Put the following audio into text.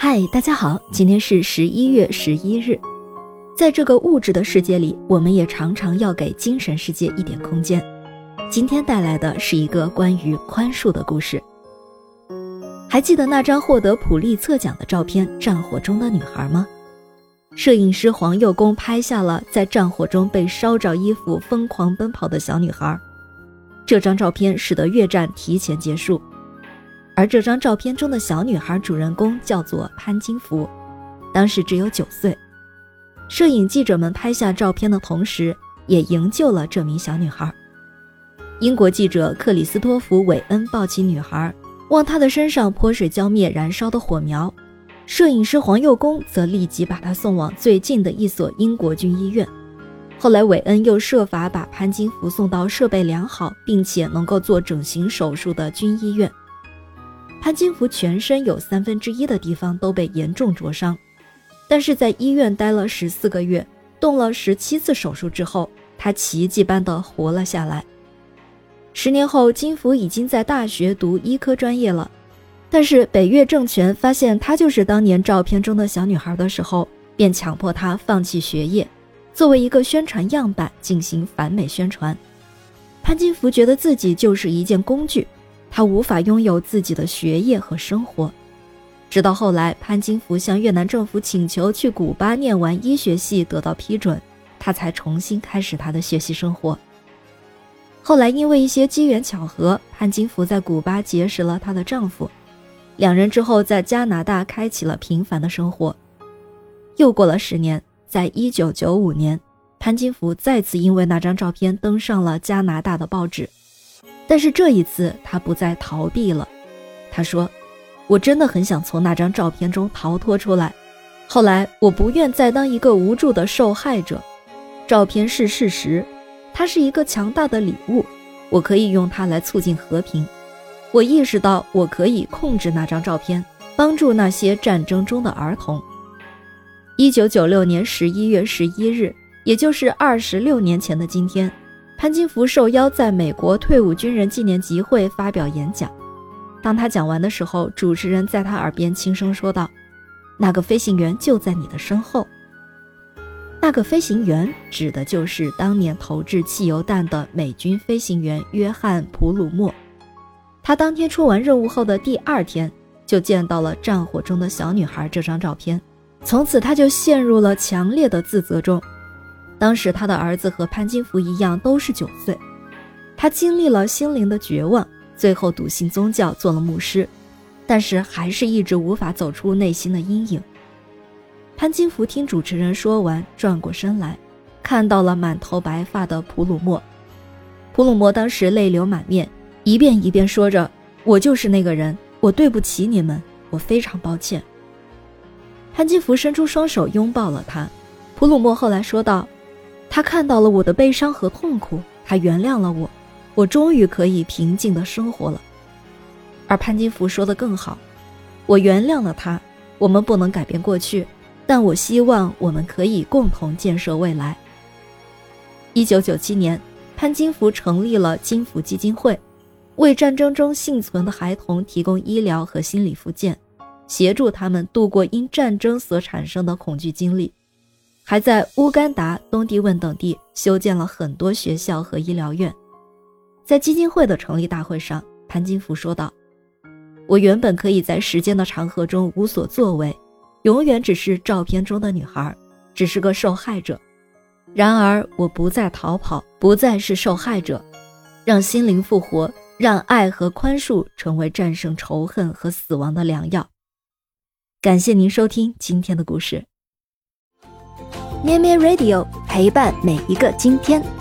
嗨，大家好，今天是11月11日。在这个物质的世界里，我们也常常要给精神世界一点空间。今天带来的是一个关于宽恕的故事。还记得那张获得普利策奖的照片《战火中的女孩》吗？摄影师黄佑公拍下了在战火中被烧着衣服疯狂奔跑的小女孩。这张照片使得越战提前结束。而这张照片中的小女孩主人公叫做潘金福，当时只有9岁。摄影记者们拍下照片的同时，也营救了这名小女孩。英国记者克里斯托弗·韦恩抱起女孩，往她的身上泼水浇灭燃烧的火苗。摄影师黄佑公则立即把她送往最近的一所英国军医院。后来韦恩又设法把潘金福送到设备良好并且能够做整形手术的军医院。潘金福全身有1/3的地方都被严重灼伤，但是在医院待了14个月，动了17次手术之后，他奇迹般地活了下来。10年后，金福已经在大学读医科专业了，但是北越政权发现她就是当年照片中的小女孩的时候，便强迫她放弃学业，作为一个宣传样板进行反美宣传。潘金福觉得自己就是一件工具，他无法拥有自己的学业和生活。直到后来，潘金福向越南政府请求去古巴念完医学系得到批准，他才重新开始他的学习生活。后来因为一些机缘巧合，潘金福在古巴结识了她的丈夫，两人之后在加拿大开启了平凡的生活。又过了10年，在1995年，潘金福再次因为那张照片登上了加拿大的报纸。但是这一次他不再逃避了。他说，我真的很想从那张照片中逃脱出来，后来我不愿再当一个无助的受害者。照片是事实，它是一个强大的礼物，我可以用它来促进和平。我意识到我可以控制那张照片，帮助那些战争中的儿童。1996年11月11日，也就是26年前的今天，潘金福受邀在美国退伍军人纪念集会发表演讲。当他讲完的时候，主持人在他耳边轻声说道，那个飞行员就在你的身后。那个飞行员指的就是当年投掷汽油弹的美军飞行员约翰·普鲁默。他当天出完任务后的第2天，就见到了战火中的小女孩这张照片，从此他就陷入了强烈的自责中。当时他的儿子和潘金福一样都是9岁，他经历了心灵的绝望，最后笃信宗教做了牧师，但是还是一直无法走出内心的阴影。潘金福听主持人说完，转过身来，看到了满头白发的普鲁默。普鲁默当时泪流满面，一遍一遍说着，我就是那个人，我对不起你们，我非常抱歉。潘金福伸出双手拥抱了他。普鲁默后来说道，他看到了我的悲伤和痛苦，他原谅了我，我终于可以平静地生活了。而潘金福说得更好，我原谅了他，我们不能改变过去，但我希望我们可以共同建设未来。1997年，潘金福成立了金福基金会，为战争中幸存的孩童提供医疗和心理复健，协助他们度过因战争所产生的恐惧经历。还在乌干达、东帝汶等地修建了很多学校和医疗院。在基金会的成立大会上，潘金福说道，我原本可以在时间的长河中无所作为，永远只是照片中的女孩，只是个受害者。然而我不再逃跑，不再是受害者，让心灵复活，让爱和宽恕成为战胜仇恨和死亡的良药。感谢您收听今天的故事。咩咩 Radio 陪伴每一个今天。